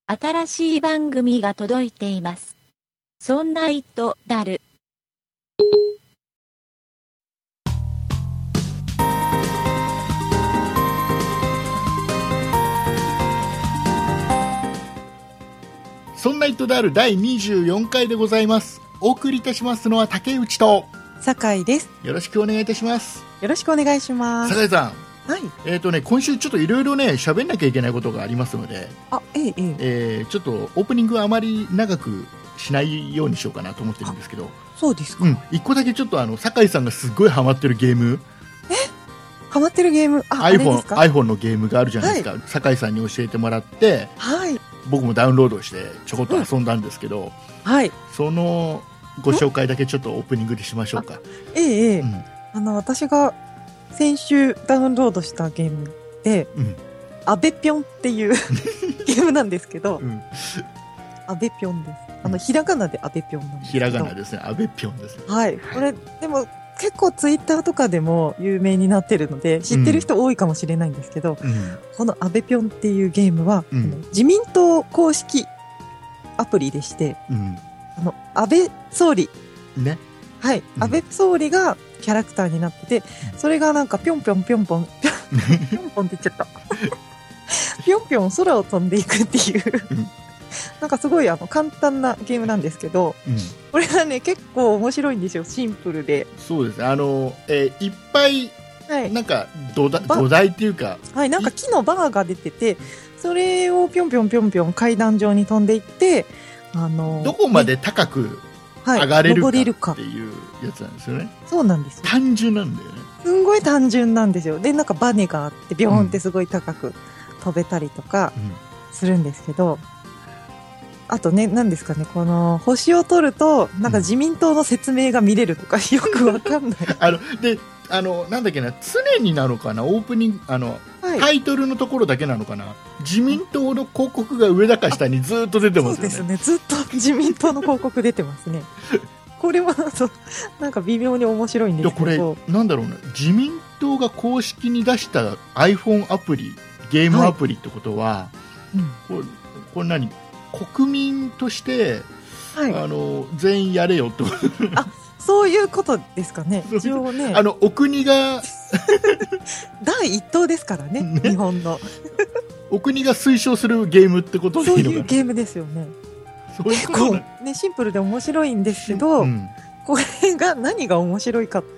新しい番組が届いています。そんな糸だる。 そんな糸である第24回でございます。お送りいたしますのは竹内と酒井です。 よろしくお願いいたします。 よろしくお願いします。 酒井さん、 はい。 今週ちょっといろいろね喋んなきゃいけないことがありますので、ちょっとオープニングあまり長くしないようにしようかなと思ってるんですけど。 そうですか。 一個だけちょっと酒井さんがすごいハマってるゲーム、 ハマってるゲーム、 iPhone のゲームがあるじゃないですか。酒井さんに教えてもらって、 はい。 僕もダウンロードしてちょこっと遊んだんですけど、 はい。 そのご紹介だけちょっとオープニングでしましょうか。 私が先週ダウンロードしたゲームで、アベピョンっていうゲームなんですけど、アベピョンです。ひらがなでアベピョンなんですけど。 ひらがなですね。アベピョンですね。 はい。これ、でも結構ツイッターとかでも有名になってるので、知ってる人多いかもしれないんですけど、このアベピョンっていうゲームは、自民党公式アプリでして、安倍総理。 ね。 はい。安倍総理がキャラクターになってて、それがなんかぴょんぴょんぴょんぴょん、ぴょんぽんって言っちゃった。ぴょんぴょん空を飛んでいくっていう、なんかすごい簡単なゲームなんですけど、これがね、結構面白いんですよ。シンプルで。 そうですね。いっぱい、なんか土台っていうか。 はい。なんか木のバーが出てて、それをぴょんぴょんぴょんぴょん階段状に飛んでいって、 どこまで高く上がれるかっていうやつなんですよね。 そうなんですよ。 単純なんだよね。 すんごい単純なんですよ。で、なんかバネがあって、ビョーンってすごい高く飛べたりとかするんですけど、あとね、何ですかね、この星を取ると、なんか自民党の説明が見れるとか、よくわかんない。 で、なんだっけな、常になのかな、オープニング、タイトルのところだけなのかな、自民党の広告が上だか下にずっと出てますよね。 そうですね、ずっと自民党の広告出てますね。これはなんか微妙に面白いんですけど。 いや、これなんだろうな、自民党が公式に出した iPhone アプリ、ゲームアプリってことは、これ何、国民として、全員やれよってこと。 そういうことですかね。一応ね。 お国が第一党ですからね、日本の。 お国が推奨するゲームってことでいいのかな。 そういうゲームですよね。 結構ね、シンプルで面白いんですけど、これが何が面白いかって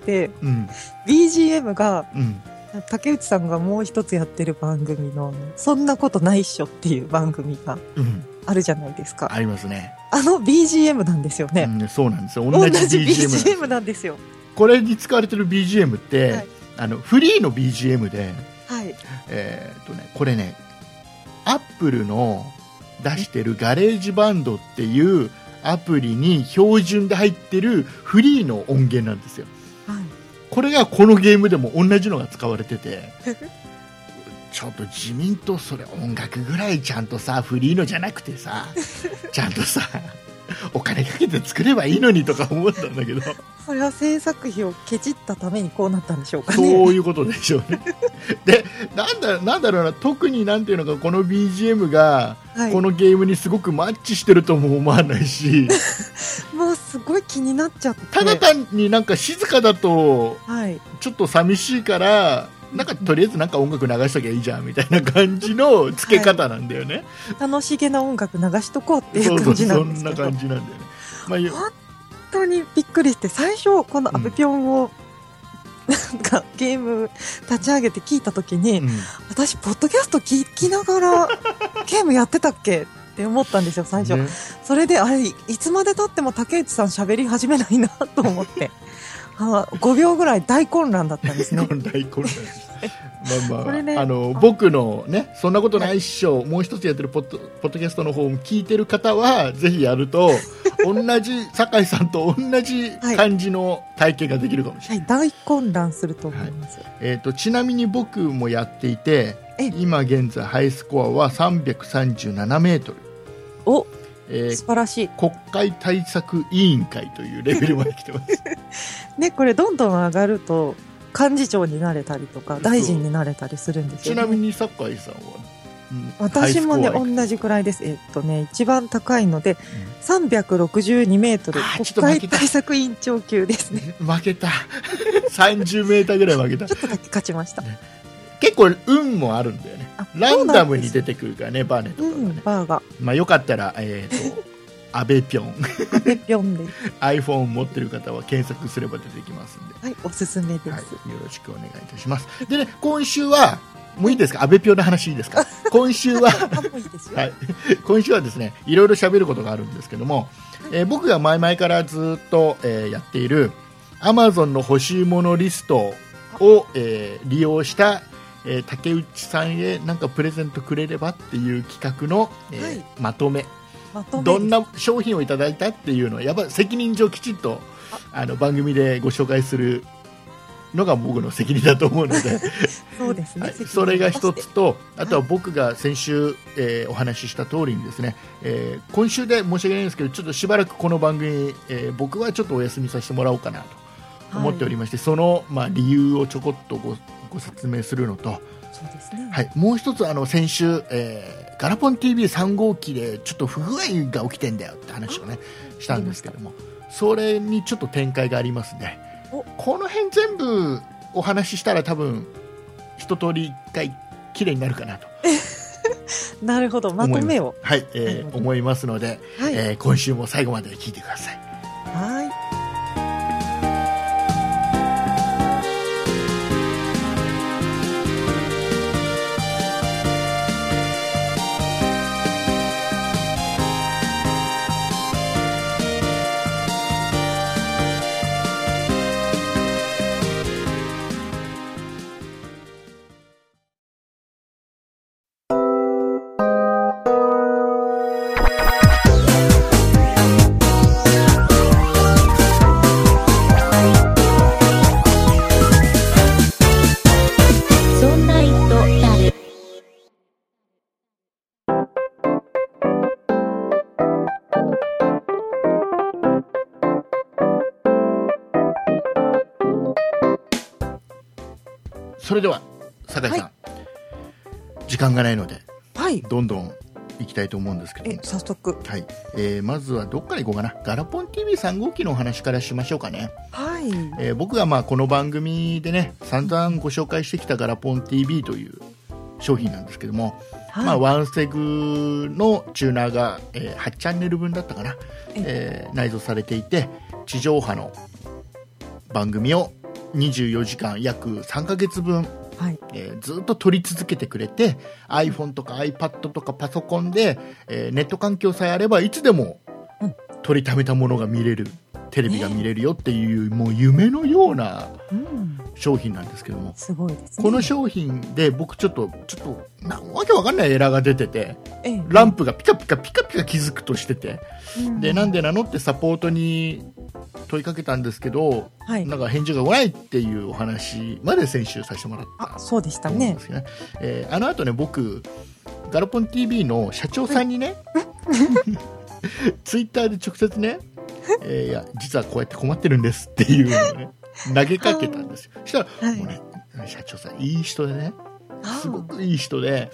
、BGM が、竹内さんがもう一つやってる番組の、そんなことないっしょっていう番組があるじゃないですか。 ありますね。 BGM なんですよね。 そうなんですよ。 同じ BGM なんですよ。 これに使われてる BGM って、フリーの BGM で、これね、アップルの出してるガレージバンドっていうアプリに標準で入ってるフリーの音源なんですよ。これがこのゲームでも同じのが使われててちょっと自民党それ音楽ぐらいちゃんとさ、フリーのじゃなくてさ、ちゃんとさお金かけて作ればいいのにとか思ったんだけど、 それは制作費をケチったためにこうなったんでしょうかね。 そういうことでしょうね。で、なんだろうな、特になんていうのか、この BGM がこのゲームにすごくマッチしてるとも思わないし、 もうすごい気になっちゃって、 ただ単になんか静かだとちょっと寂しいから、なんかとりあえずなんか音楽流しときゃいいじゃんみたいな感じの付け方なんだよね。 楽しげな音楽流しとこうっていう感じなんですけど、 そんな感じなんだよね。 本当にびっくりして、最初このアベピョンを、なんかゲーム立ち上げて聞いたときに、私ポッドキャスト聞きながらゲームやってたっけって思ったんですよ、最初。それであれ、いつまで経っても竹内さん喋り始めないなと思って5秒ぐらい大混乱だったんですね。 大混乱僕のね、そんなことないっしょ、もう一つやってるポッドキャストの方を聞いてる方はぜひやると同じ酒井さんと同じ感じの体験ができるかもしれない。 大混乱すると思います。 ちなみに僕もやっていて、今現在ハイスコアは337メートル。 素晴らしい。 国会対策委員会というレベルまで来てますね、これどんどん上がると幹事長になれたりとか大臣になれたりするんですよね。 ちなみに酒井さんは私もね、同じくらいです。一番高いので、362メートル、国会対策委員長級ですね。 負けた。30メーターぐらい負けた。 ちょっとだけ勝ちました。 結構運もあるんだよね。ランダムに出てくるからね、バネとかがね。 バーが。 まあよかったら、アベピョン。 アベピョンで。 iPhone 持ってる方は検索すれば出てきますんで。 はい、おすすめです。はい、よろしくお願いいたします。でね、今週は、もういいですか、アベピョンの話いいですか。今週は、はい、今週はですね、いろいろ喋ることがあるんですけども、僕が前々からずっと、やっている Amazon の欲しいものリストを、利用した、竹内さんへなんかプレゼントくれればっていう企画の、まとめ。どんな商品をいただいたっていうのをやっぱ責任上きちっと番組でご紹介するのが僕の責任だと思うのでそうですね、はい、 それが一つと、あとは僕が先週、お話しした通りにですね、今週で申し訳ないんですけどちょっとしばらくこの番組、僕はちょっとお休みさせてもらおうかなと思っておりまして、その、理由をちょこっとご説明するのと、 そうですね、 はい、もう一つ先週、ガラポン TV3 号機でちょっと不具合が起きてんだよって話をねしたんですけども、それにちょっと展開がありますね。この辺全部お話ししたら多分一通り一回きれいになるかなとなるほど、まとめをはい、思いますので、はい、今週も最後まで聞いてください。 はい。 それでは酒井さん、はい、時間がないので、 はい、 どんどんいきたいと思うんですけども、 早速、 はい、まずはどっからいこうかな。ガラポン TV3 号機のお話からしましょうかね。 はい、 僕がこの番組でね散々ご紹介してきたガラポン TV という商品なんですけども、はい、ワンセグのチューナーが、8チャンネル分だったかな、内蔵されていて、地上波の番組を24時間約3ヶ月分、はい、ずっと撮り続けてくれて、 iPhone とか iPad とかパソコンで、ネット環境さえあればいつでも撮りためたものが見れる、テレビが見れるよっていう、もう夢のような商品なんですけども、 すごいですね。 この商品で僕ちょっとわけわかんないエラーが出てて、ランプがピカピカピカピカ気づくとしてて、でなんでなのってサポートに問いかけたんですけど、はい、なんか返事が来ないっていうお話まで先週させてもらった。 そうでしたね。 あの後ね、僕ガラポン TV の社長さんにね、ツイッターで直接ね、いや実はこうやって困ってるんですっていうのをね投げかけたんですよ。そしたら、もうね、社長さんいい人でね、すごくいい人で、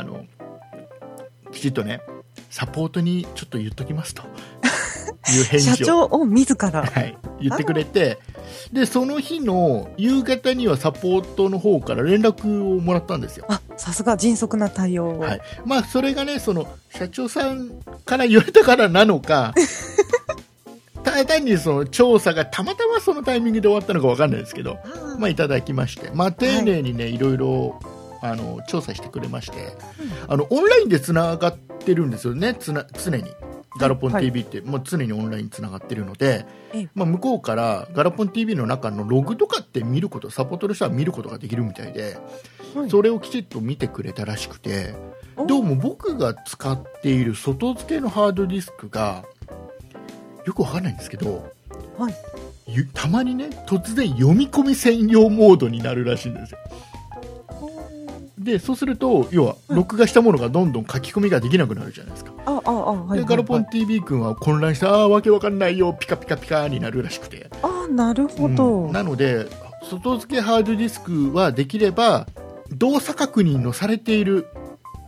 きちっとねサポートにちょっと言っときますという返事を社長を自ら、 はい、言ってくれて、でその日の夕方にはサポートの方から連絡をもらったんですよ。 さすが迅速な対応を、 はい、それがね、その社長さんから言われたからなのかただ単にその調査がたまたまそのタイミングで終わったのか分かんないですけど、いただきまして、丁寧にね、いろいろ調査してくれまして、オンラインでつながってるんですよね。常にガラポン TV って、もう常にオンラインつながってるので、向こうからガラポン TV の中のログとかって見ること、サポートの人は見ることができるみたいで、それをきちっと見てくれたらしくて、どうも僕が使っている外付けのハードディスクがよくわかんないんですけど、たまにね突然読み込み専用モードになるらしいんですよ。でそうすると、要は録画したものがどんどん書き込みができなくなるじゃないですか。でガラポン TV 君は混乱して、わけわかんないよ、ピカピカピカになるらしくて、 なるほど、 なので外付けハードディスクはできれば動作確認のされている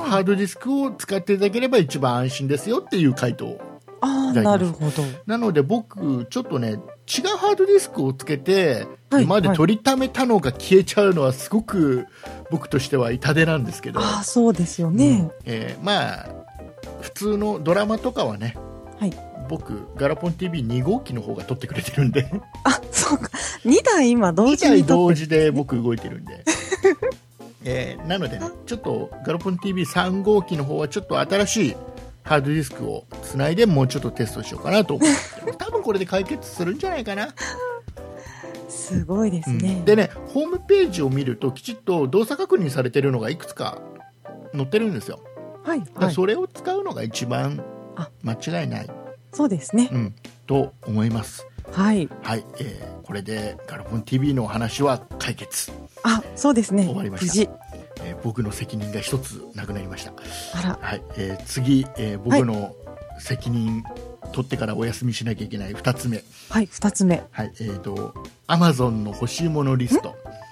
ハードディスクを使っていただければ一番安心ですよっていう回答。 なるほど。 なので僕ちょっとね、違うハードディスクをつけて、今まで取りためたのが消えちゃうのはすごく僕としては痛手なんですけど。 そうですよね。 まあ普通のドラマとかはね、僕ガラポン TV2 号機の方が撮ってくれてるんでそうか、2台今同時に 2台同時で僕動いてるんでなのでね、ちょっとガラポン TV3 号機の方はちょっと新しいハードディスクをつないでもうちょっとテストしようかなと思って多分これで解決するんじゃないかな。 すごいですね。 でね、ホームページを見るときちっと動作確認されてるのがいくつか載ってるんですよ。それを使うのが一番間違いない。 そうですね、 と思います。これでガラポン TV のお話は解決。 そうですね、 終わりました。無事、僕の責任が一つなくなりました。次、僕の責任取ってからお休みしなきゃいけない2つ目。 2つ目。 Amazon の欲しいものリスト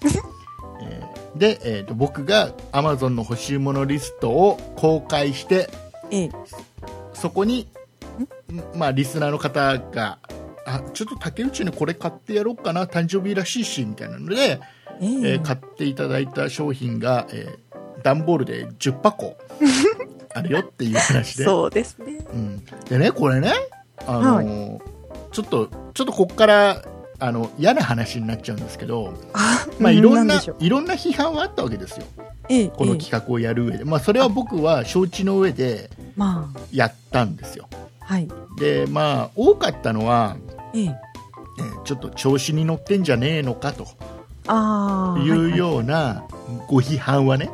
で、僕が Amazon の欲しいものリストを公開して、そこにリスナーの方がちょっと竹内にこれ買ってやろうかな、誕生日らしいしみたいなので、買っていただいた商品が、段ボールで10箱あるよっていう話でそうですね、 でね、これね、ちょっとこっから嫌な話になっちゃうんですけど、いろんな批判はあったわけですよ、この企画をやる上で。それは僕は承知の上でやったんですよ。で多かったのは、ちょっと調子に乗ってんじゃねえのかというようなご批判はね、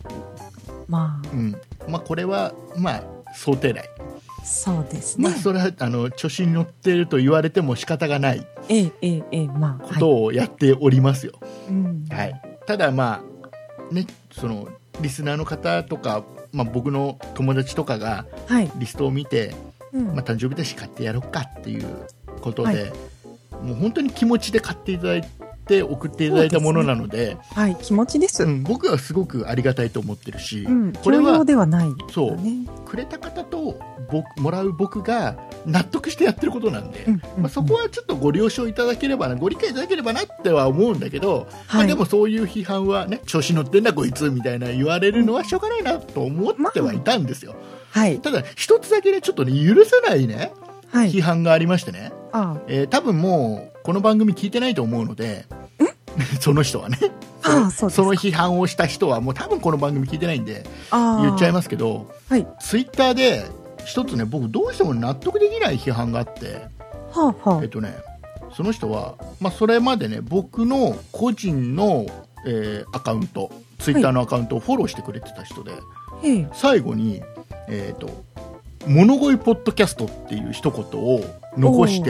これは想定内。 そうですね。 それは調子に乗っていると言われても仕方がないことをやっておりますよ。ただそのリスナーの方とか、僕の友達とかがリストを見て、誕生日だし買ってやろうかっていうことで、もう本当に気持ちで買っていただいて送っていただいたものなので、 気持ちです、 僕はすごくありがたいと思ってるし、 これはではない、 そうくれた方ともらう僕が納得してやってることなんで、そこはちょっとご了承いただければな、ご理解いただければなっては思うんだけど、でもそういう批判はね、調子乗ってんだこいつみたいな言われるのはしょうがないなと思ってはいたんですよ。ただ一つだけね、ちょっとね許せないね、批判がありましてね、多分もうこの番組聞いてないと思うのでその人はねその批判をした人はもう多分この番組聞いてないんで言っちゃいますけど、ツイッターで一つね、僕どうしても納得できない批判があって、その人は、それまでね僕の個人の、アカウント、ツイッターのアカウントをフォローしてくれてた人で、最後に物乞いポッドキャストっていう一言を残して、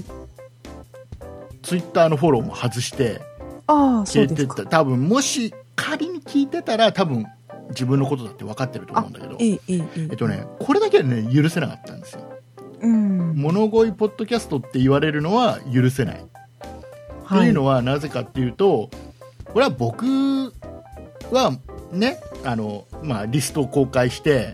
ツイッターのフォローも外して消えてった。多分もし仮に聞いてたら多分自分のことだって分かってると思うんだけど、これだけはね許せなかったんですよ。物乞いポッドキャストって言われるのは許せない、っていうのはなぜかっていうと、これは僕はねリストを公開して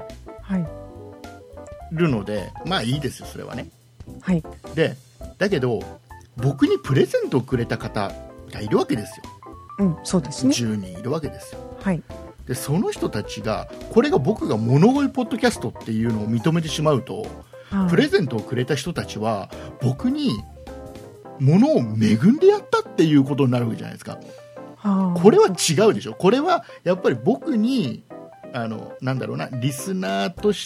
るので、いいですよそれはね。でだけど僕にプレゼントをくれた方がいるわけですよ。 そうですね。 10人いるわけですよ。でその人たちがこれが僕が物乞いポッドキャストっていうのを認めてしまうと、プレゼントをくれた人たちは僕に物を恵んでやったっていうことになるわけじゃないですか。これは違うでしょ。これはやっぱり僕にリスナーとして、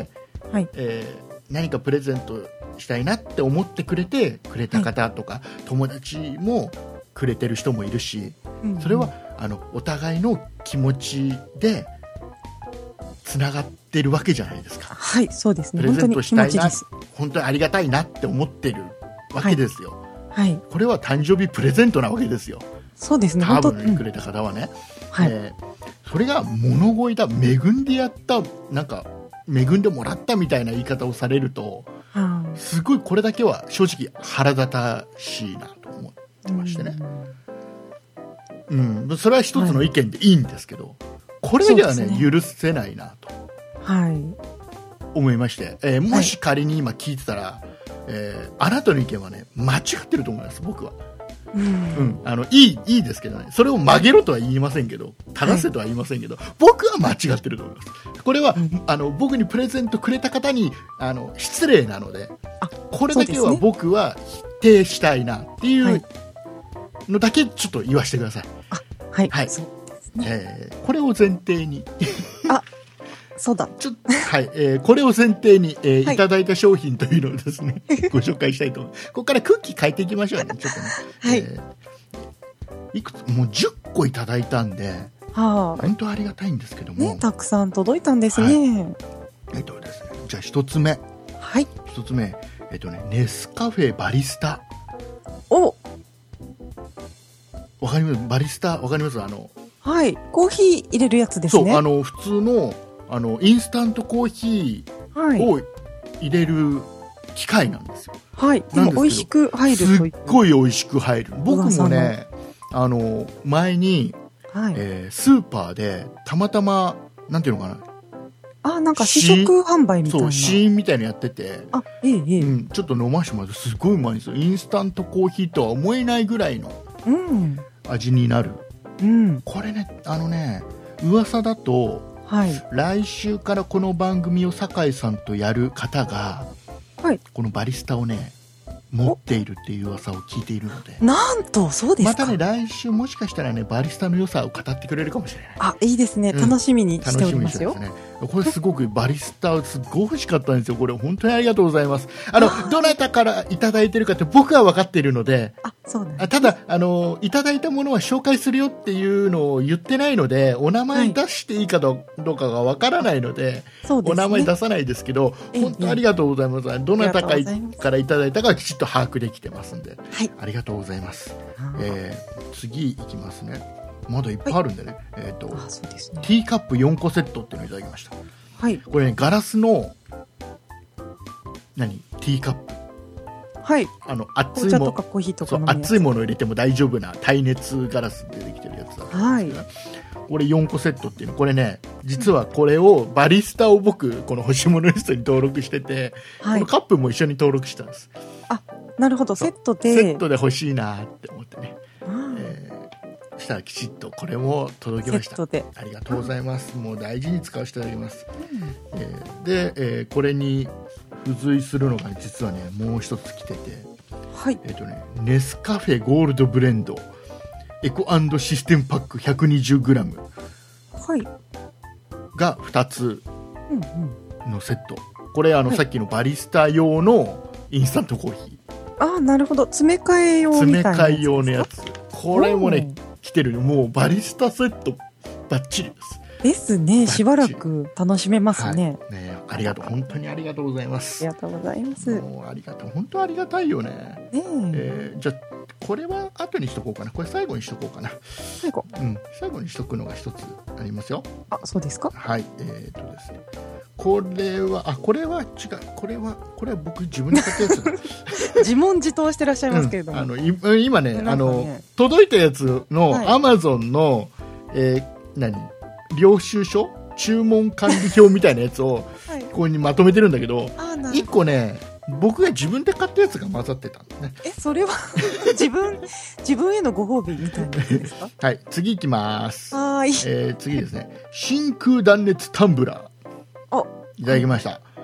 何かプレゼントしたいなって思ってくれた方とか、友達もくれてる人もいるし、それはお互いの気持ちでつながってるわけじゃないですか。 そうですね。 プレゼントしたいな、本当にありがたいなって思ってるわけですよ。これは誕生日プレゼントなわけですよ。 そうですね。 多分くれた方はね、それが物乞いだ、恵んでやった、恵んでもらったみたいな言い方をされると、すごいこれだけは正直腹立たしいなと思ってましてね。それは一つの意見でいいんですけど、 これではね許せないなと思いまして、もし仮に今聞いてたら、あなたの意見はね間違ってると思います。僕は、いいですけどね、それを曲げろとは言いませんけど、正せとは言いませんけど、僕は間違ってると思います。これは、僕にプレゼントくれた方に失礼なので、これだけは僕は否定したいなっていうのだけちょっと言わせてください。そうですね。これを前提にそうだ。 これを前提に、いただいた商品というのをですね、ご紹介したいと思います。ここからクッキー変えていきましょうね。ちょっとね。いくつもう10個いただいたんで、本当ありがたいんですけども。 たくさん届いたんですね。 ですね。じゃあ一つ目。一つ目。ネスカフェバリスタ。わかります？バリスタわかります？ コーヒー入れるやつですね。 そう、普通のインスタントコーヒーを入れる機械なんですよ。 でも美味しく入るとすっごい美味しく入る。僕もね、前に、スーパーでたまたまなんていうのかな、 なんか試食販売みたいな、 そう、試飲みたいなのやってて、ちょっと飲ましてもらってすごいうまいんですよ。インスタントコーヒーとは思えないぐらいの味になる。これね、噂だと、来週からこの番組を酒井さんとやる方が、このバリスタをね持っているっていう噂を聞いているので、 なんとそうですか。 またね来週もしかしたらねバリスタの良さを語ってくれるかもしれない。 いいですね、楽しみにしておりますよ。 これすごくバリスタすごい欲しかったんですよ。これ本当にありがとうございます。どなたからいただいてるかって僕は分かっているので、ただいただいたものは紹介するよっていうのを言ってないので、お名前出していいかどうかが分からないので、お名前出さないですけど、本当にありがとうございます。どなたかからいただいたかはきちっと把握できてますんで、ありがとうございます。次いきますね。まだいっぱいあるんでね。 そうですね。 ティーカップ4個セットっていうのをいただきました。これね、ガラスのティーカップ。熱いもの、熱いものを入れても大丈夫な耐熱ガラスでできてるやつだったんですが、これ4個セットっていうの、これね、実はこれをバリスタを僕この欲しいものリストに登録してて、このカップも一緒に登録したんです。 なるほど、セットで欲しいなって思ってね。したらきちっとこれも届きました。ありがとうございます。もう大事に使わせていただきます。で、これに付随するのが実はねもう一つ来てて、ネスカフェゴールドブレンドエコ&システムパック 120g が2つのセット。これさっきのバリスタ用のインスタントコーヒー。 なるほど、詰め替え用みたいなやつですか？ 詰め替え用のやつ。これもね来てるね。もうバリスタセットバッチリです。 ですね。しばらく楽しめますね。 ありがとう、本当にありがとうございます。 ありがとうございます。 もうありがとう、本当ありがたいよね。じゃあこれは後にしとこうかな。これ最後にしとこうかな。最後にしとくのが一つありますよ。 そうですか。 ですね。これは違う。これは僕自分で買ったやつだ。 自問自答してらっしゃいますけれども、 今ね届いたやつの Amazon の、領収書注文管理表みたいなやつをここにまとめてるんだけど、1個ね僕が自分で買ったやつが混ざってたんだね。 それは自分へのご褒美みたいなやつですか？ 次いきます。次ですね。真空断熱タンブラーいただきました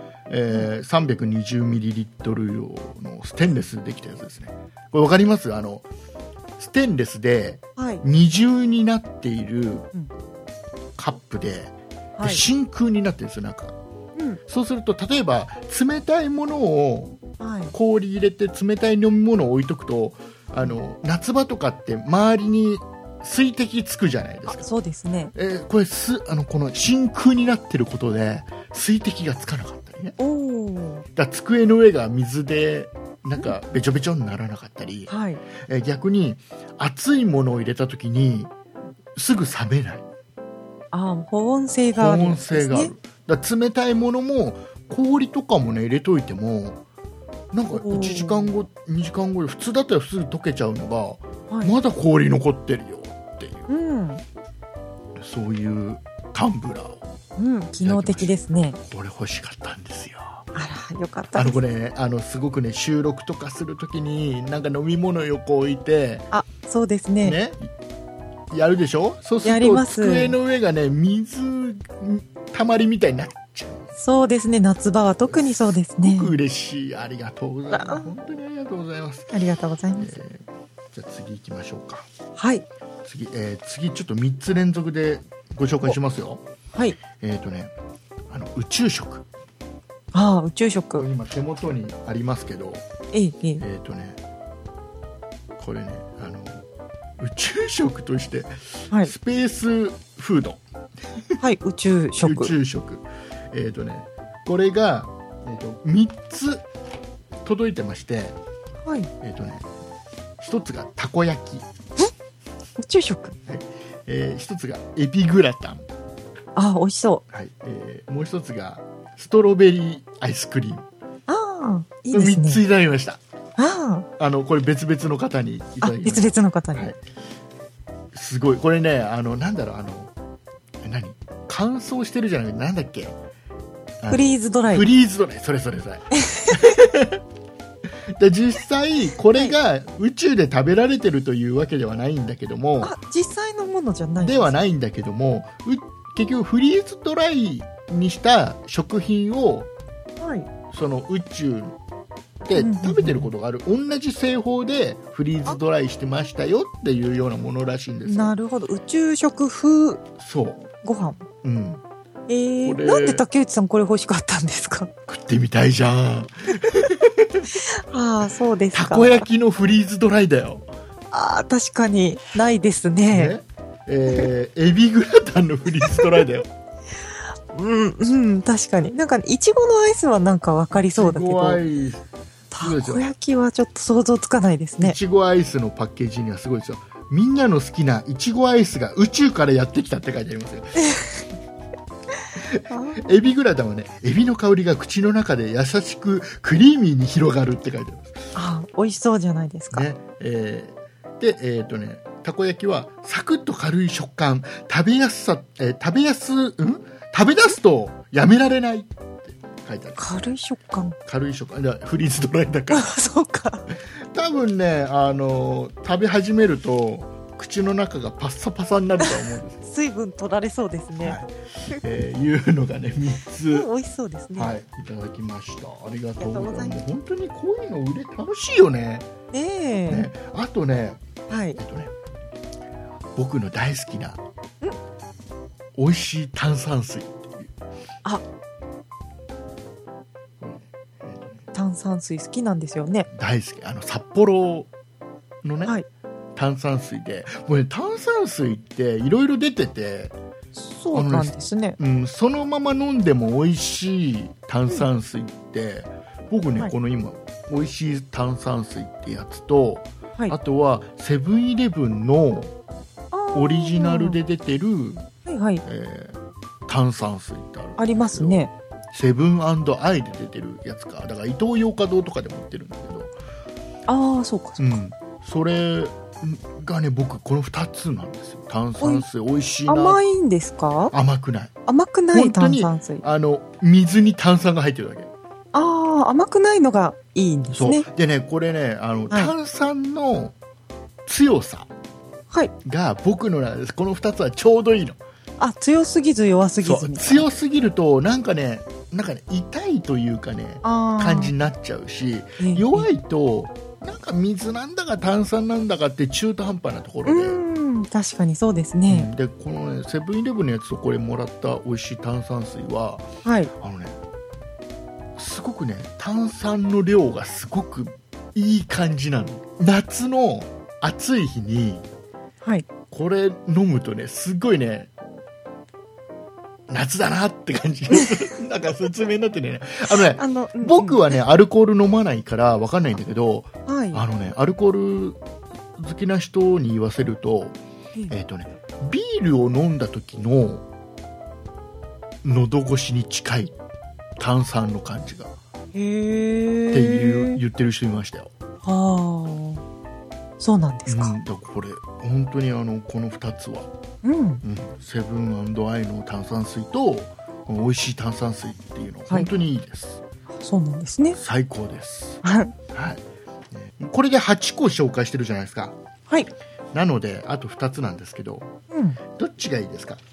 。320ml 用のステンレスでできたやつですね。これ分かります？ステンレスで二重になっているカップで、真空になってるんですよ、なんか。そうすると例えば冷たいものを氷入れて冷たい飲み物を置いとくと、夏場とかって周りに水滴つくじゃないですか。 そうですね。 これこの真空になってることで水滴がつかなかったりね。だから机の上が水でなんかべちょべちょにならなかったり、逆に熱いものを入れた時にすぐ冷めない。 保温性があるんですね。 だ冷たいものも氷とかもね入れといてもなんか1時間後2時間後で普通だったらすぐ溶けちゃうのが、まだ氷残ってるよっていう、そういうカタンブラーを、 機能的ですね。 これ欲しかったんですよ。 あら、よかったです。 これね、すごくね、収録とかするときになんか飲み物横置いて、 そうですね。 やるでしょ。そうすると机の上がね、水たまりみたいになっちゃう。 そうですね、夏場は特にそうですね。 すごく嬉しい。ありがとうございます。本当にありがとうございます。 ありがとうございます。 じゃあ次行きましょうか。 はい。 次ちょっと3つ連続でご紹介しますよ。 はい。 宇宙食。 宇宙食。 今手元にありますけど、これね、宇宙食として、スペースフード。 はい、宇宙食。 宇宙食。これが、3つ届いてまして、 はい。 1つがたこ焼き。 宇宙食。 はい。1つがエビグラタン。 美味しそう。 はい。もう1つがストロベリーアイスクリーム。 いいですね。 3ついただきました。これ別々の方にいただきました。 別々の方に。はい、 すごい。これね、なんだろう、乾燥してるじゃなくて、なんだっけ。 フリーズドライ。 フリーズドライ。それ。で実際これが宇宙で食べられてるというわけではないんだけども、 実際のものじゃないではないんだけども、結局フリーズドライにした食品を、その宇宙で食べてることがある、同じ製法でフリーズドライしてましたよっていうようなものらしいんですよ。 なるほど。宇宙食風ご飯。なんで竹内さんこれ欲しかったんですか？ 食ってみたいじゃん。 そうですか。 たこ焼きのフリーズドライだよ。 確かにないですね。 エビグラタンのフリーズドライだよ。 確かに。なんかいちごのアイスはなんかわかりそうだけど、たこ焼きはちょっと想像つかないですね。 いちごアイスのパッケージにはすごいですよ。みんなの好きないちごアイスが宇宙からやってきたって書いてありますよ。エビグラタンはね、エビの香りが口の中で優しくクリーミーに広がるって書いてあります。 美味しそうじゃないですか。 で、たこ焼きはサクッと軽い食感、食べ出すとやめられないって書いてある。 軽い食感。 フリーズドライだから。 そうか。 多分ね、食べ始めると口の中がパッサパサになると思うんです。 水分取られそうですね。 いうのがね、3つ、 美味しそうですね。 いただきました。ありがとうございます。本当にこういうの売れ楽しいよね。あとね、僕の大好きな美味しい炭酸水っていう。 炭酸水好きなんですよね。 大好き。札幌のね、炭酸水で、もうね、炭酸水っていろいろ出てて、 そうなんですね。 そのまま飲んでも美味しい炭酸水って、僕ね、この今美味しい炭酸水ってやつと、あとはセブンイレブンのオリジナルで出てる、炭酸水ってありますね。 セブン&アイで出てるやつか。だからイトーヨーカドーとかでも売ってるんだけど、 そうか。 それがね、僕この2つなんですよ。炭酸水美味しいな。 甘いんですか？ 甘くない。 甘くない炭酸水。 水に炭酸が入ってるだけ。 甘くないのがいいんですね。 でね、これね、炭酸の強さが僕の中でこの2つはちょうどいいの。 強すぎず弱すぎずみたいな。 強すぎるとなんかね痛いというかね、感じになっちゃうし、弱いとなんか水なんだか炭酸なんだかって中途半端なところで。 確かにそうですね。 でこのね、セブンイレブンのやつとこれもらった美味しい炭酸水は、すごくね、炭酸の量がすごくいい感じなの。夏の暑い日に、これ飲むとね、すごいね、夏だなって感じ。なんか説明になってね。僕はね、アルコール飲まないから分かんないんだけど、アルコール好きな人に言わせると、ビールを飲んだ時の喉越しに近い炭酸の感じが。って言ってる人いましたよ。 そうなんですか。 だからこれ、本当にこの2つはセブン&アイの炭酸水と美味しい炭酸水っていうのは本当にいいです、 そうなんですね。 最高です。 はい、 これで8個紹介してるじゃないですか。 はい。 なのであと2つなんですけど、どっちがいいですか？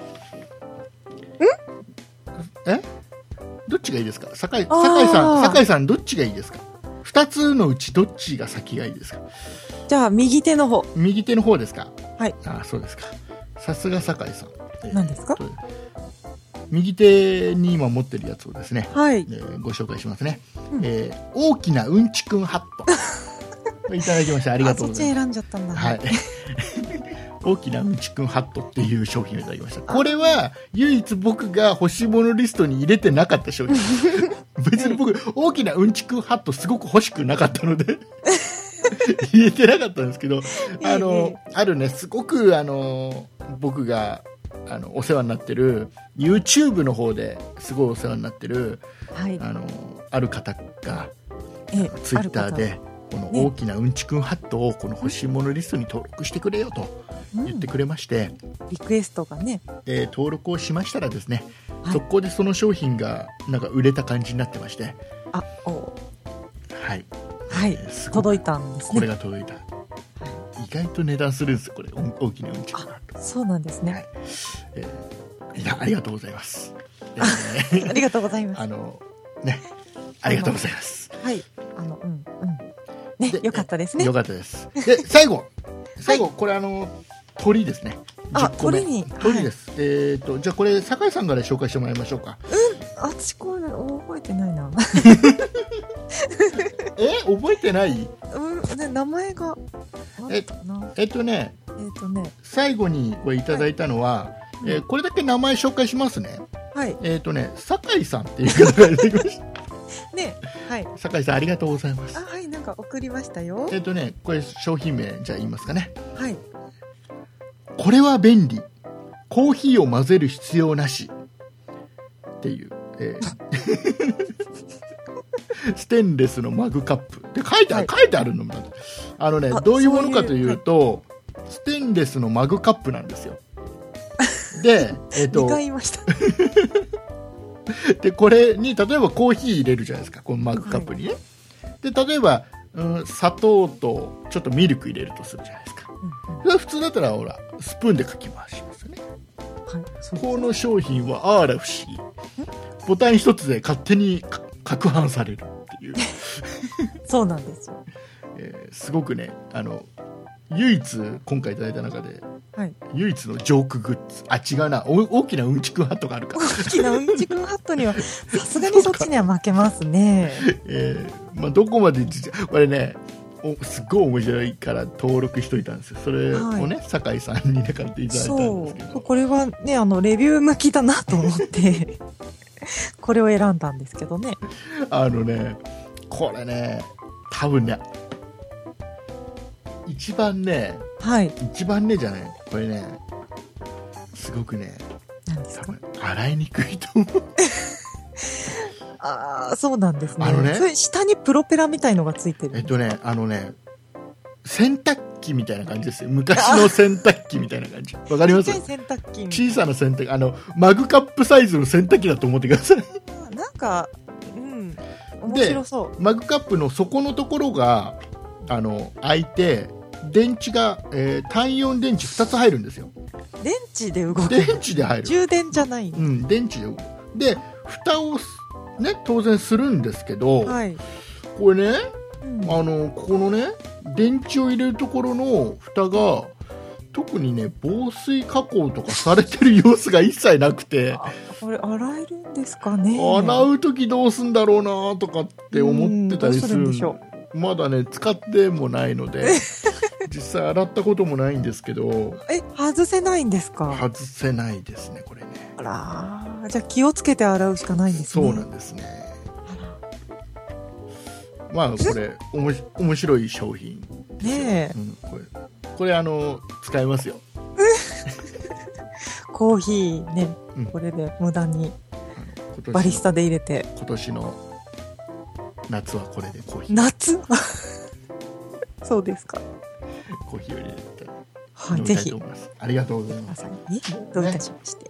どっちがいいですか？酒井さんどっちがいいですか？2つのうちどっちが先がいいですか？ じゃあ右手の方。 右手の方ですか？ はい。 そうですか。さすが酒井さん。 何ですか？ 右手に今持ってるやつをですね、 はい。 ご紹介しますね。大きなうんちくんハットいただきました。ありがとうございます。 そっち選んじゃったんだね。 はい。大きなうんちくんハットっていう商品をいただきました。これは唯一僕が欲しいものリストに入れてなかった商品。別に僕大きなうんちくんハットすごく欲しくなかったので入れてなかったんですけど、あるね、すごく僕がお世話になってる YouTube の方ですごいお世話になってる、 はい、 ある方がTwitter でこの大きなうんちくんハットをこの欲しいものリストに登録してくれよと言ってくれまして、 リクエストがね、 登録をしましたらですね、速攻でその商品がなんか売れた感じになってまして、はい、 届いたんですね。 これが届いた。意外と値段するんですよ、これ。大きなうんちくんハット。 そうなんですね。 いや、ありがとうございます。 ありがとうございます。 ありがとうございます。 はい。ね、よかったですね。 よかったです。で、最後、これ鳥ですね。 鳥に。 鳥です。じゃあこれ、酒井さんから紹介してもらいましょうか。 私これ覚えてないな。 覚えてない？ ね、名前が。 最後にこれいただいたのは、これだけ名前紹介しますね。 はい。 酒井さんっていう方がいただきました。 ね、はい。 酒井さんありがとうございます。 はい、なんか送りましたよ。 これ商品名じゃあ言いますかね。 はい。 これは便利。コーヒーを混ぜる必要なし。っていう。ステンレスのマグカップで書いてあるのもどういうものかというと、ステンレスのマグカップなんですよ。で、 2回言いました。 でこれに例えばコーヒー入れるじゃないですか、このマグカップにね。で例えば、砂糖とちょっとミルク入れるとするじゃないですか。普通だったらほらスプーンでかき回しますよね。この商品はあら不思議、ボタン一つで勝手に攪拌されるっていうそうなんですよ。 すごくね、唯一今回いただいた中で、唯一のジョークグッズ、違うな、大きなうんちくんハットがあるから。 大きなうんちくんハットにはさすがにそっちには負けますね。 どこまでこれね、すっごい面白いから登録しといたんですよ。それをね、酒井さんにね買っていただいたんですけど、 これはね、レビュー向きだなと思ってこれを選んだんですけどね。 これね、多分ね、一番ねじゃない、これね、すごくね、 何ですか？ 洗いにくいと思う。 そうなんですね。それ下にプロペラみたいのがついてる。 洗濯機みたいな感じですよ。昔の洗濯機みたいな感じ。わかります？ 小さい洗濯機。 小さな洗濯機、マグカップサイズの洗濯機だと思ってください。 なんか、面白そう。 マグカップの底のところが開いて、電池が、単4電池2つ入るんですよ。 電池で動く。 電池で入る。 充電じゃない。 電池で動く。で、蓋をね、当然するんですけど、これね、ここのね、電池を入れるところの蓋が特にね、防水加工とかされてる様子が一切なくて、 これ洗えるんですかね。 洗うときどうすんだろうなとかって思ってたりする。まだね、使ってもないので実際洗ったこともないんですけど。 外せないんですか？ 外せないですね、これね。 じゃあ気をつけて洗うしかないんですね。 そうなんですね。これ面白い商品ねえ、 これ使えますよ。 コーヒーね、これで無駄にバリスタで入れて、 今年の夏はこれでコーヒー。 夏そうですか。 コーヒーを入れて、 飲みたいと思います。ありがとうございます。 どういたしまして、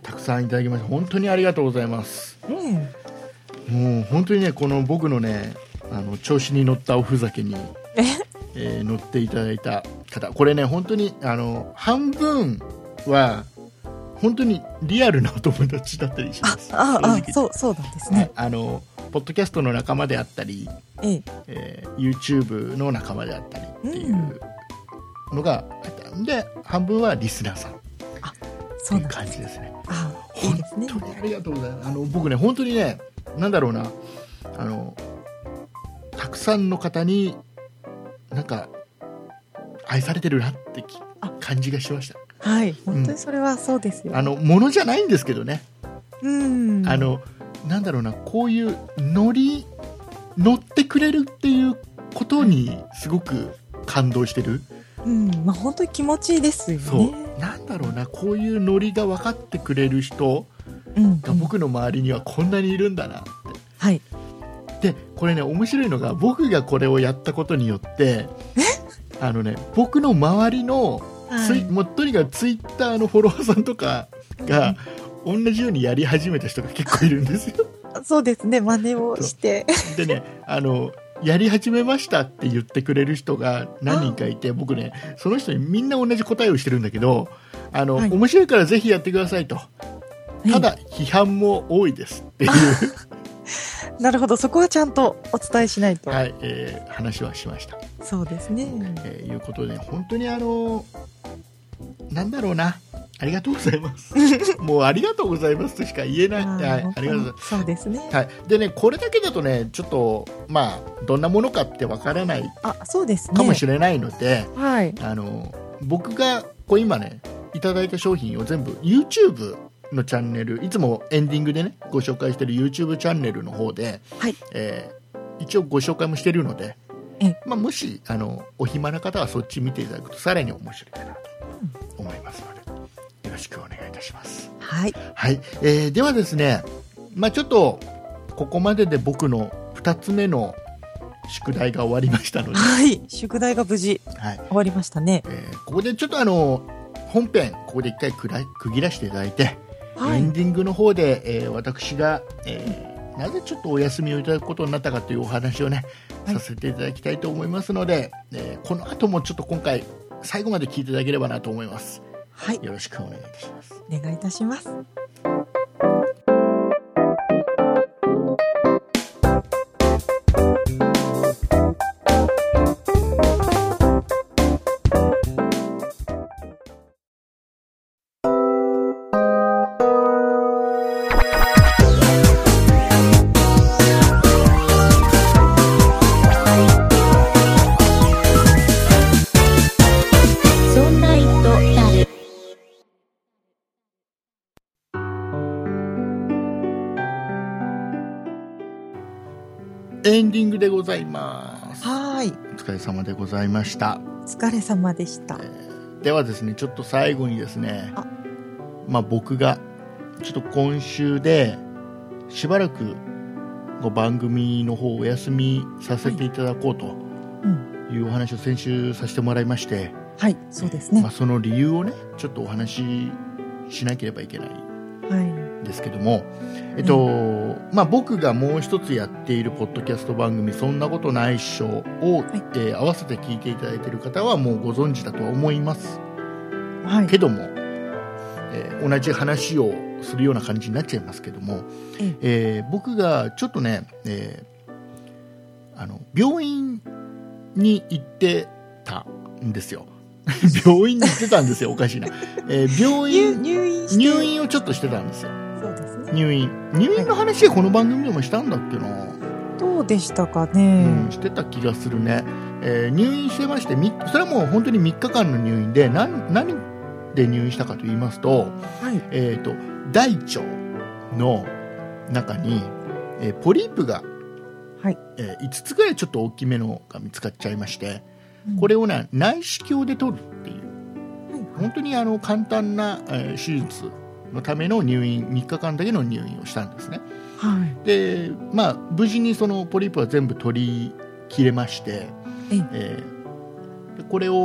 たくさんいただきました。本当にありがとうございます。もう本当にね、この僕のね、調子に乗ったおふざけに、乗っていただいた方、これね、本当に半分は本当にリアルなお友達だったりします。 そうなんですね。 ポッドキャストの仲間であったり、YouTube の仲間であったりっていうのがあったんで、半分はリスナーさんっていう感じですね。 いいですね。 本当にありがとうございます。僕ね、本当にね、なんだろうな、たくさんの方になんか愛されてるなって感じがしました。 はい、本当にそれはそうですよ。 ものじゃないんですけどね。なんだろうな、こういう乗ってくれるっていうことにすごく感動してる。 本当に気持ちいいですよね。 そう、なんだろうな、こういうノリが分かってくれる人が僕の周りにはこんなにいるんだなって。 はい。 で、これね、面白いのが、僕がこれをやったことによって僕の周りのもうとにかくツイッターのフォロワーさんとかが同じようにやり始めた人が結構いるんですよ。 そうですね、真似をしてでね、やり始めましたって言ってくれる人が何人かいて、僕ね、その人にみんな同じ答えをしてるんだけど、面白いからぜひやってくださいと、ただ批判も多いですっていうなるほど、そこはちゃんとお伝えしないと。 はい、話はしました。 そうですね。 いうことで、本当になんだろうな、ありがとうございますもうありがとうございますとしか言えない。はい、ありがとうございます。 そうですね。 はい。でね、これだけだとね、ちょっとどんなものかってわからないそうですね、 かもしれないので、 はい、 僕が今ねいただいた商品を全部 YouTubeのチャンネル、いつもエンディングでねご紹介している YouTube チャンネルの方で、 はい、 一応ご紹介もしているので、もしお暇な方はそっち見ていただくとさらに面白いかなと思いますので、よろしくお願いいたします。 はい、 はい。ではですね、ちょっとここまでで僕の2つ目の宿題が終わりましたので、 はい、宿題が無事終わりましたね。 ここでちょっと本編ここで一回区切らせていただいて、エンディングの方で、私が、なぜちょっとお休みをいただくことになったかというお話をね、させていただきたいと思いますので、この後もちょっと今回最後まで聞いていただければなと思います。 はい、 よろしくお願いいたします。 お願いいたします。 エンディングでございます。 はい。 お疲れ様でございました。 お疲れ様でした。 ではですね、ちょっと最後にですね、僕がちょっと今週でしばらく番組の方お休みさせていただこうというお話を先週させてもらいまして、 はい、そうですね。 その理由をね、ちょっとお話ししなければいけないんですけども、僕がもう一つやっているポッドキャスト番組、そんなことないっしょを、合わせて聞いていただいている方はもうご存知だとは思います、けども、同じ話をするような感じになっちゃいますけども、僕がちょっとね、病院に行ってたんですよ病院に行ってたんですよおかしいな、病院入院をちょっとしてたんですよ。 そうですね。 入院の話はこの番組でもしたんだっけな。 どうでしたかね。 してた気がするね。入院してまして、それはもう本当に3日間の入院で、何で入院したかと言いますと、大腸の中に、ポリープが、5つぐらいちょっと大きめのが見つかっちゃいまして、これをね、内視鏡で取るっていう、本当に簡単な、手術のための入院、3日間だけの入院をしたんですね。で、無事にそのポリープは全部取り切れまして、これを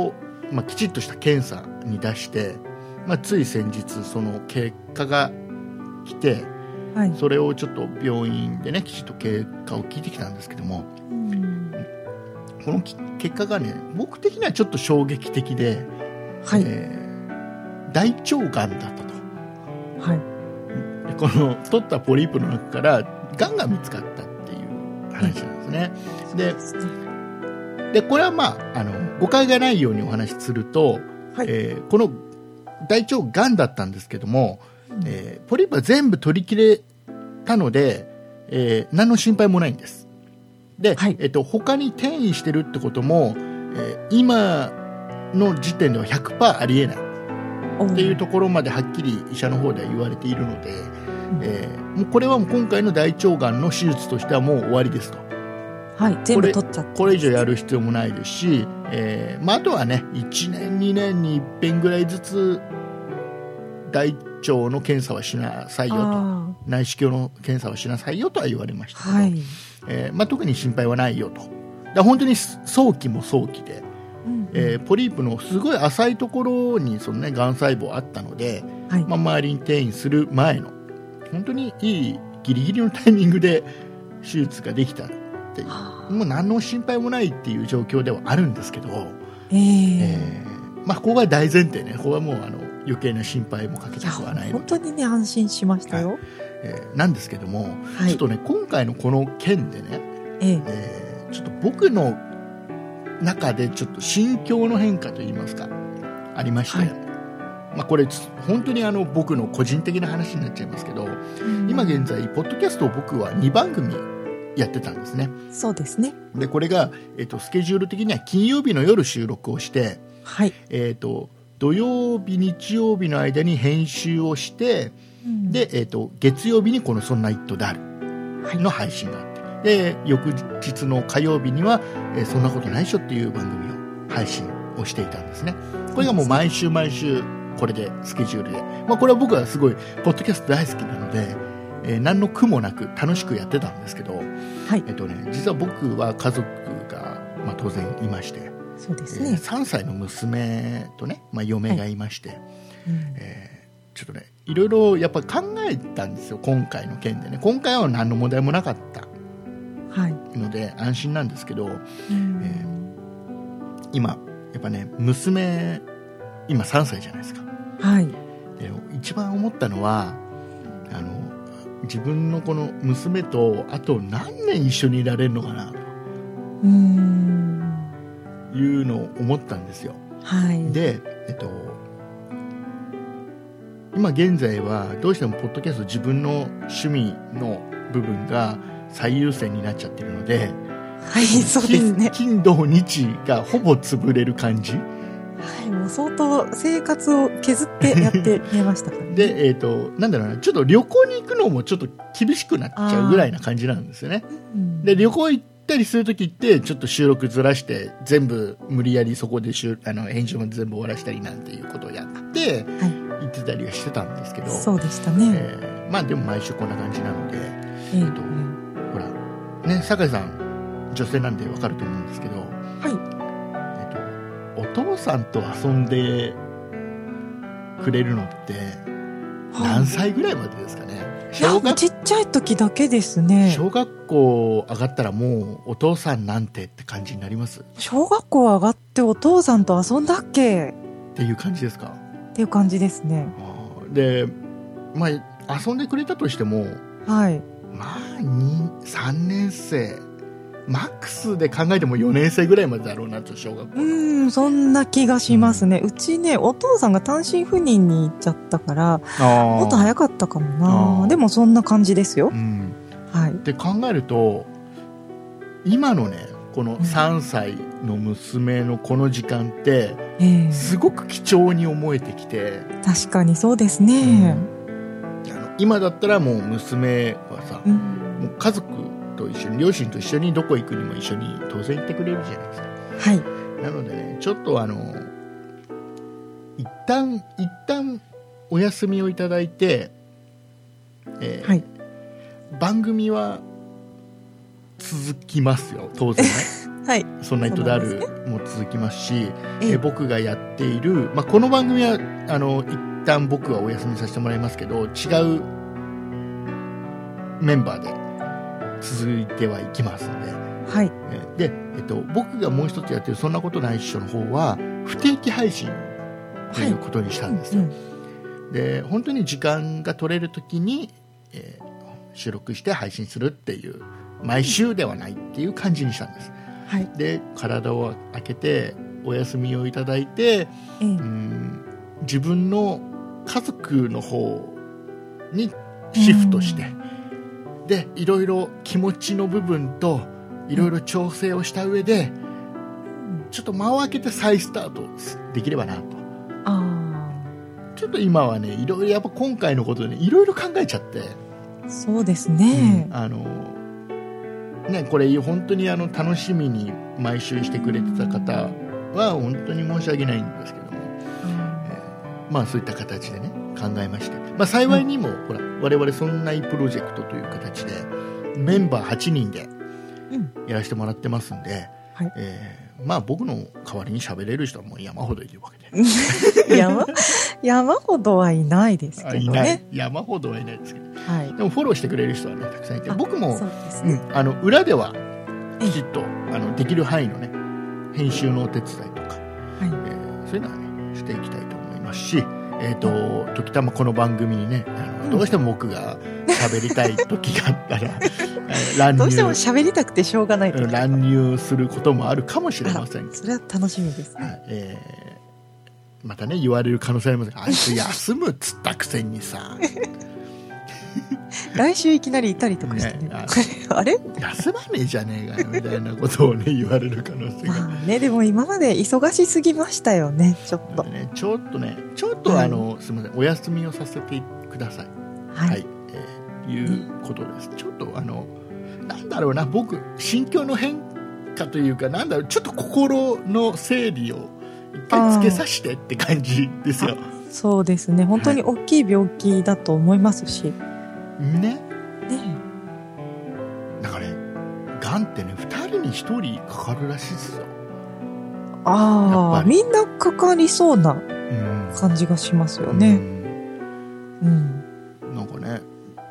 きちっとした検査に出して、つい先日その結果が来て、はい、それをちょっと病院でねきちっと結果を聞いてきたんですけども、この結果がね僕的にはちょっと衝撃的で、はい、大腸がんだったと、はい、でこの取ったポリープの中からがんが見つかったっていう話なんですね、でこれは誤解がないようにお話しすると、はい、この大腸がんだったんですけども、ポリープは全部取り切れたので、何の心配もないんです。で、はい、他に転移してるってことも、今の時点では 100% ありえないっていうところまではっきり医者の方では言われているので、もうこれはもう今回の大腸がんの手術としてはもう終わりですと。 はい、全部取っちゃって、 これ以上やる必要もないですし、あとはね1年2年に1遍ぐらいずつ大腸の検査はしなさいよと、内視鏡の検査はしなさいよとは言われましたけど、はい、特に心配はないよと。だ本当に早期も早期で、ポリープのすごい浅いところにその、ね、がん細胞あったので、はい、周りに転移する前の本当にいいギリギリのタイミングで手術ができたっていう、もう何の心配もないっていう状況ではあるんですけど、ここが大前提ね。ここはもう余計な心配もかけたくはないので本当にね安心しましたよ、はいなんですけども、はい、ちょっとね今回のこの件でね、ちょっと僕の中でちょっと心境の変化といいますかありまして、はい、これ本当に僕の個人的な話になっちゃいますけど、今現在ポッドキャストを僕は2番組やってたんですね。 そうですね。 でこれが、スケジュール的には金曜日の夜収録をして、はい、土曜日日曜日の間に編集をして、で、月曜日にこのそんなイットダルの配信があって、で翌日の火曜日には、そんなことないっしょっていう番組を配信をしていたんですね。これがもう毎週毎週これでスケジュールで、これは僕はすごいポッドキャスト大好きなので、何の苦もなく楽しくやってたんですけど、はい、実は僕は家族が、当然いまして、 そうですね、 3歳の娘とね、嫁がいまして、はい、ちょっとねいろいろやっぱ考えたんですよ今回の件でね。今回は何の問題もなかったので安心なんですけど、今やっぱね娘今3歳じゃないですか、はい、で一番思ったのは自分のこの娘とあと何年一緒にいられるのかなというのを思ったんですよ、はい、で、今現在はどうしてもポッドキャスト自分の趣味の部分が最優先になっちゃってるので、 はい、そうですね。 金土日がほぼ潰れる感じ。 はい、もう相当生活を削ってやってみましたからね。 で、なんだろうな、ちょっと旅行に行くのもちょっと厳しくなっちゃうぐらいな感じなんですよね。で、旅行行ったりするときってちょっと収録ずらして全部無理やりそこで編集まで全部終わらしたりなんていうことをやって、はい、行ってたりはしてたんですけど、 そうでしたね。 でも毎週こんな感じなので、ほらね、酒井さん女性なんで分かると思うんですけど、はい、お父さんと遊んでくれるのって何歳ぐらいまでですかね。 ちっちゃい時だけですね。 小学校上がったらもうお父さんなんてって感じになります？ 小学校上がってお父さんと遊んだっけっていう感じですか？ っていう感じですね。 で、遊んでくれたとしても、はい、3年生マックスで考えても4年生ぐらいまでだろうなと、小学校。 そんな気がしますね。うちね、お父さんが単身赴任に行っちゃったからもっと早かったかもな。でもそんな感じですよ、はい。で考えると今のねこの3歳の娘のこの時間ってすごく貴重に思えてきて、 確かにそうですね、 今だったらもう娘はさ、もう家族と一緒に両親と一緒にどこ行くにも一緒に当然行ってくれるじゃないですか。はい。なのでねちょっと一旦お休みをいただいて、はい、番組は続きますよ、当然ね。 はい。 そんな人であるも続きますし、僕がやっている、この番組は一旦僕はお休みさせてもらいますけど、違うメンバーで続いてはいきますので、 はい。 で、僕がもう一つやってるそんなことないっしょの方は不定期配信ということにしたんですよ。で、本当に時間が取れるときに、収録して配信するっていう毎週ではないっていう感じにしたんです。 はい、 で、体を空けてお休みをいただいて、自分の家族の方にシフトして、でいろいろ気持ちの部分といろいろ調整をした上で、ちょっと間を空けて再スタートできればなと。ちょっと今はね、いろいろやっぱ今回のことでいろいろ考えちゃって。 そうですね。 これ本当に楽しみに毎週してくれてた方は本当に申し訳ないんですけども、そういった形でね考えまして、幸いにも、ほら我々そんないプロジェクトという形でメンバー8人でやらせてもらってますんで、僕の代わりに喋れる人はもう山ほどいるわけで山ほどはいないですけどね。 山ほどはいないですけど、 でもフォローしてくれる人はねたくさんいて、僕もそうですね、 裏ではきちっとできる範囲のね編集のお手伝いとか、そういうのはねしていきたいと思いますし、時たまこの番組にねどうしても僕が喋りたい時があったら乱入、 どうしても喋りたくてしょうがない時乱入することもあるかもしれません。 それは楽しみですね。またね言われる可能性ありますが、あいつ休むっつったくせにさ来週いきなりいたりとかしてね、あれ休まねえじゃねえかよみたいなことをね言われる可能性がでも今まで忙しすぎましたよね。ちょっとすみません、お休みをさせてください。いうことです。ちょっとなんだろうな、僕心境の変化というか、なんだろう、ちょっと心の整理を一回つけさせてって感じですよ。 そうですね、本当に大きい病気だと思いますし、 なんかね、がんってね2人に1人かかるらしいですよ。 みんなかかりそうな感じがしますよね。 なんかね、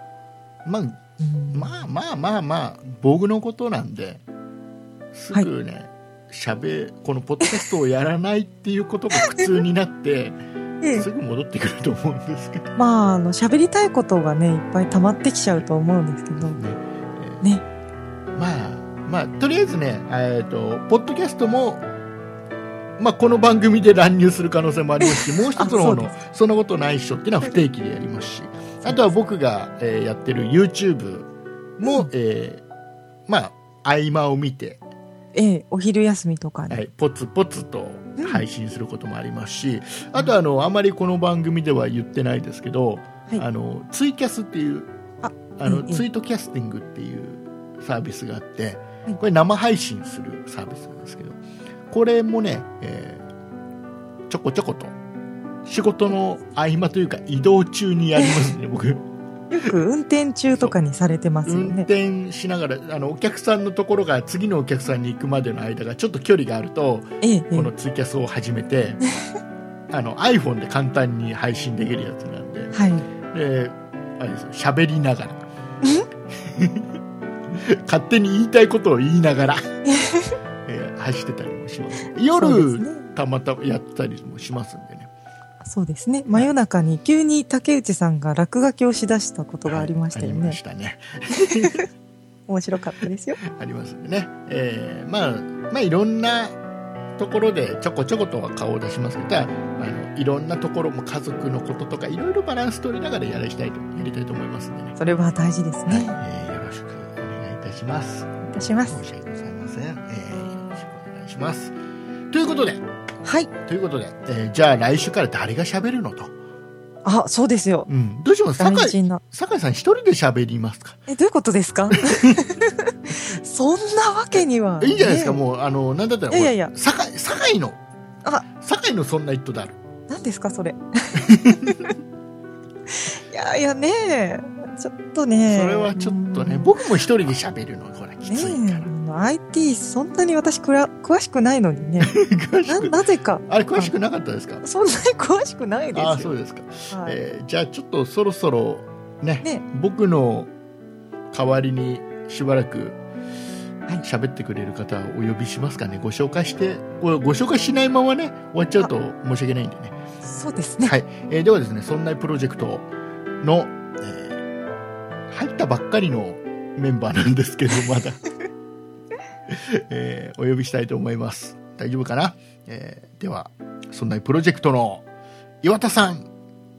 僕のことなんですぐね、このポッドキャストをやらないっていうことが苦痛になってすぐ戻ってくると思うんですけど、 喋りたいことがねいっぱい溜まってきちゃうと思うんですけどね。 とりあえずね、ポッドキャストもこの番組で乱入する可能性もありますし、もう一つの方のそんなことないっしょっていうのは不定期でやりますし、あとは僕が、やってる YouTube も、合間を見て、 お昼休みとかに、 ポツポツと配信することもありますし、あとあまりこの番組では言ってないですけど、ツイキャスっていうツイートキャスティングっていうサービスがあって、これ生配信するサービスなんですけど、これもね、ちょこちょこと仕事の合間というか移動中にやりますね僕。 よく運転中とかにされてますよね。 運転しながらお客さんのところが次のお客さんに行くまでの間がちょっと距離があると、このツイキャスを始めてiPhone で簡単に配信できるやつなんで、であれですよ、喋りながら勝手に言いたいことを言いながら走ってたりもします。夜たまたまやったりもしますんでね。 そうですね、真夜中に急に竹内さんが落書きをしだしたことがありましたよね。 ありましたね面白かったですよ。 ありますんでね、いろんなところでちょこちょことは顔を出しますけど、いろんなところも家族のこととかいろいろバランス取りながらやりたいと思いますんでね。 それは大事ですね。 よろしくお願いいたします。 申し訳ございません。よろしくお願いします。ということで、じゃあ来週から誰が喋るのと。 そうですよ。 どうします？酒井さん一人で喋りますか？ どういうことですか？そんなわけには、 いいんじゃないですか。もうなんだったら、 いや酒井のそんな人である。 何ですかそれ？いやね、 ちょっとね。 それはちょっとね、僕も一人で喋るのほらきついから。 IT そんなに私詳しくないのにね。なぜか。 あれ詳しくなかったですか？ そんなに詳しくないですよ。 あ、そうですか。はい、じゃあちょっとそろそろね、僕の代わりにしばらく喋ってくれる方をお呼びしますかね。ご紹介して、ご紹介しないままね終わっちゃうと申し訳ないんでね。 そうですね。 はい。ではですね、そんなプロジェクトの、入ったばっかりのメンバーなんですけど、まだ、お呼びしたいと思います。大丈夫かな？では、そんなプロジェクトの岩田さん。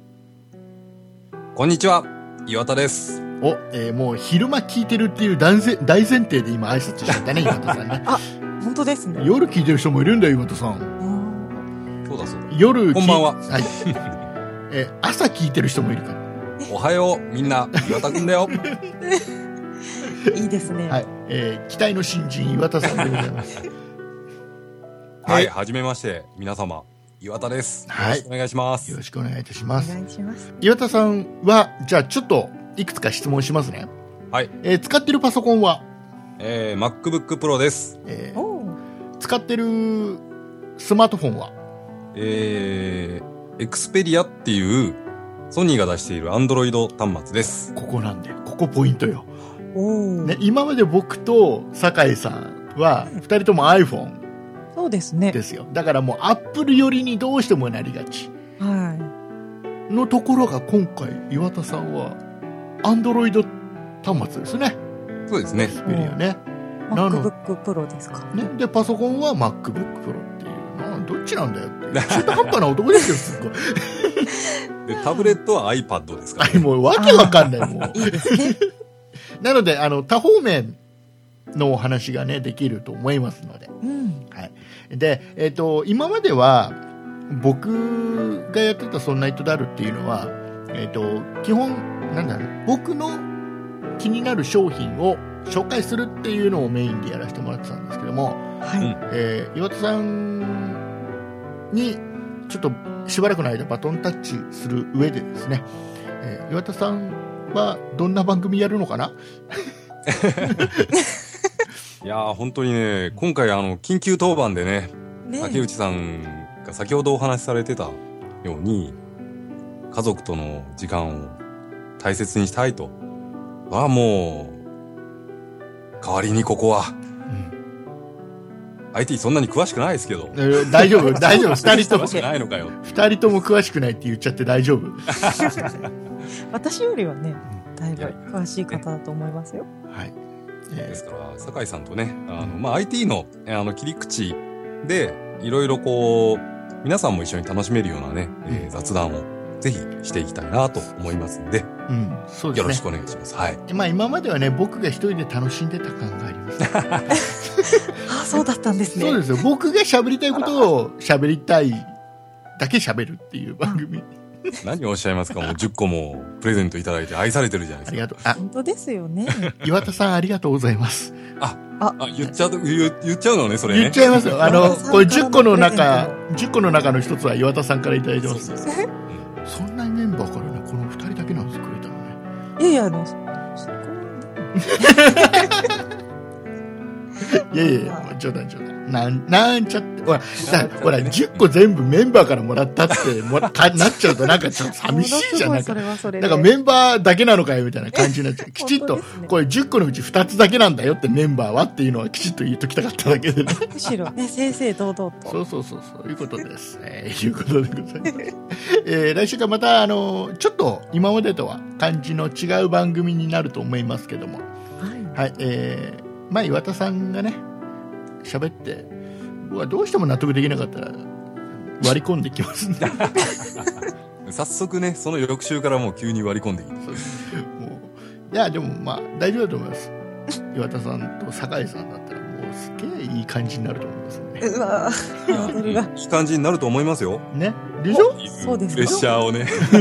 こんにちは、岩田です。 もう昼間聞いてるっていう大前提で今挨拶しちゃったね、岩田さんね。 あ、本当ですね。 夜聞いてる人もいるんだよ、岩田さん。 そうだそうだ。 夜こんばんは。 はい。朝聞いてる人もいるから。 おはよう、みんな、岩田くんだよ。 いいですね。 はい。期待の新人、岩田さんでございます。 はい、はじめまして、皆様、岩田です。よろしくお願いします。 よろしくお願いいたします。 お願いします。 岩田さんは、じゃあちょっと、いくつか質問しますね。 はい。 使ってるパソコンは MacBook Pro です。 使ってるスマートフォンは Xperia っていう、ソニーが出している Android 端末です。 ここなんだよ。ここポイントよ。ね、今まで僕と酒井さんは2人とも iPhone そうですね。 ですよ。だからもう Apple 寄りにどうしてもなりがちのところが、今回岩田さんは Android 端末ですね。 そうですね。 Xperia ね。 MacBook Pro ですかね。でパソコンは MacBook Pro っていう、どっちなんだよって中途半端な男ですよ、すっごい。 でタブレットは iPad ですから、 ね、もうわけわかんない。もういいですね。 なので多方面のお話がねできると思いますので、はい。で、今までは僕がやってたそんなイットダルっていうのは、基本なんだろう、僕の気になる商品を紹介するっていうのをメインでやらせてもらってたんですけども、岩田さんにちょっとしばらくの間バトンタッチする上でですね、岩田さんはどんな番組やるのかな？ いやー本当にね、今回緊急当番でね、竹内さんが先ほどお話しされてたように、家族との時間を大切にしたいとは、もう代わりにここは、IT そんなに詳しくないですけど、 大丈夫大丈夫。2人とも詳しくないのかよ。 2人とも詳しくないって言っちゃって大丈夫。 私よりはね、だいぶ詳しい方だと思いますよ。 はい。 ですから酒井さんとね、IT の切り口でいろいろこう皆さんも一緒に楽しめるようなね、雑談をぜひしていきたいなと思いますので、 そうですね、 よろしくお願いします。はい。 今まではね、僕が一人で楽しんでた感があります。 あ、そうだったんですね。 そうですよ。僕が喋りたいことを喋りたいだけ喋るっていう番組。 何をおっしゃいますか。もう10個もプレゼントいただいて愛されてるじゃないですか。 ありがとう。 本当ですよね。 岩田さんありがとうございます。 言っちゃうのね、それね。 言っちゃいますよ。これ10個の中の一つは岩田さんからいただいてます。そんなメンバーからね、この2人だけなんです、くれたのね。 いやいや、冗談。なんちゃって。ほら、10個全部メンバーからもらったってなっちゃうとなんかちょっと寂しいじゃん。なんかメンバーだけなのかよみたいな感じになっちゃう。きちっと、これ10個のうち2つだけなんだよってメンバーはっていうのはきちっと言っときたかっただけでね。 むしろね、正々堂々と。 そういうことです。いうことでございます。来週からまた、ちょっと今までとは感じの違う番組になると思いますけども。はい。岩田さんがね、喋って、僕はどうしても納得できなかったら割り込んできますんで。 早速ね、その翌週からもう急に割り込んできて。 いや、でも大丈夫だと思います。岩田さんと酒井さんだったらもうすげえいい感じになると思いますんで。 うわいい感じになると思いますよ。 ね。でしょ？ そうです。 プレッシャーをね。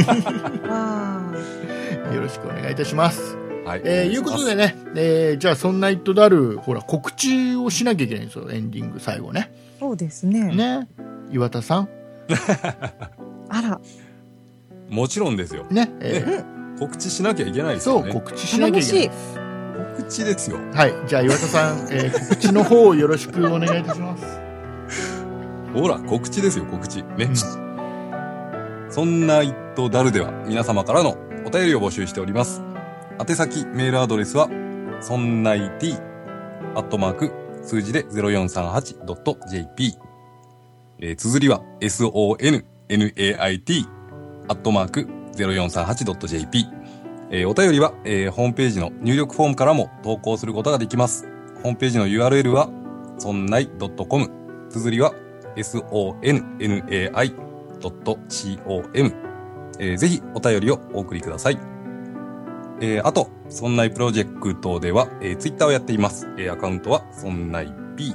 よろしくお願いいたします。 はい。 いうことでね、じゃあそんなイットダル、ほら告知をしなきゃいけないんですよ、エンディング最後ね。 そうですね。 ね、岩田さん。 あら。 もちろんですよ。 ね、 告知しなきゃいけないですよね。 そう、告知しなきゃいけないです。 告知ですよ。 はい。じゃあ、岩田さん、告知の方をよろしくお願いいたします。 ほら、告知ですよ、告知。ね。そんな一斗ダルでは、皆様からのお便りを募集しております。宛先、メールアドレスは、そんないt、数字で 0438.jp。綴りは、sonnait、0438.jp。お便りは、ホームページの入力フォームからも投稿することができます。ホームページの URL は、そんない .com。綴りは、sonnai.com。ぜひお便りをお送りください。あと、そんないプロジェクトでは、ツイッターをやっています。アカウントは、そんない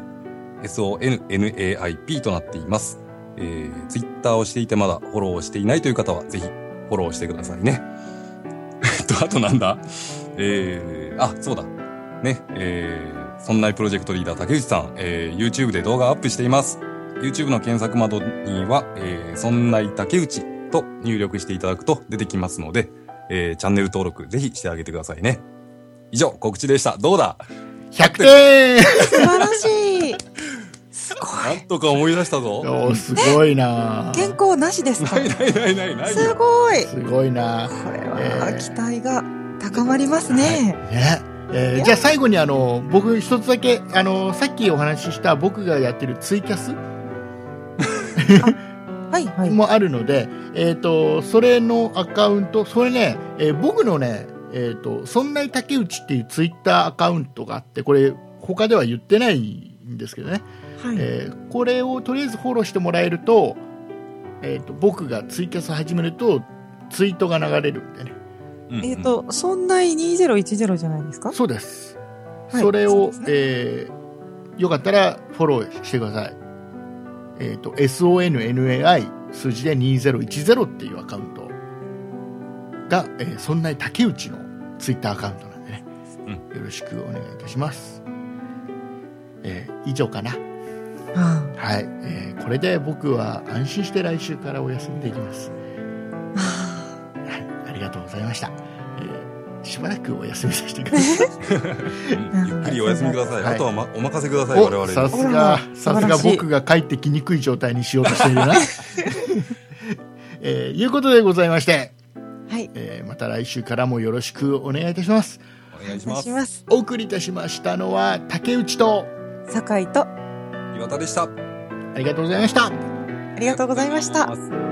P、sonnaip となっています。ツイッターをしていてまだフォローしていないという方は、ぜひフォローしてくださいね。あとなんだそうだ。ね、そんないプロジェクトリーダー竹内さん、YouTube で動画アップしています。YouTube の検索窓には、そんない竹内と入力していただくと出てきますので、チャンネル登録ぜひしてあげてくださいね。以上、告知でした。どうだ ?100 点素晴らしい。すごい。 なんとか思い出したぞ。 すごいな。 健康なしですか？ ない。 すごい。 すごいな。 これは、期待が高まりますね。 ね。じゃあ最後に僕一つだけ、さっきお話しした僕がやってるツイキャスはいはい。 もあるので、それのアカウント、それね、僕のね、そんない竹内っていうツイッターアカウントがあって、これ他では言ってないんですけどね。はい、これをとりあえずフォローしてもらえると、僕がツイキャス始めるとツイートが流れるんでね。 そんない2010じゃないですか？ そうです。 はい、 それを、 ね、 よかったらフォローしてください。sonnai 数字で2010っていうアカウントが、そんない竹内のツイッターアカウントなんでね、よろしくお願いいたします。以上かな。はい、これで僕は安心して来週からお休みできます。はい、ありがとうございました。しばらくお休みさせてください。 ゆっくりお休みください。 はい、 あとはお任せください、我々に。 さすが僕が帰ってきにくい状態にしようとしているな。いうことでございまして、 はい、 また来週からもよろしくお願いいたします。 お願いします。 お送りいたしましたのは竹内と酒井と岩田でした。 ありがとうございました。 ありがとうございました。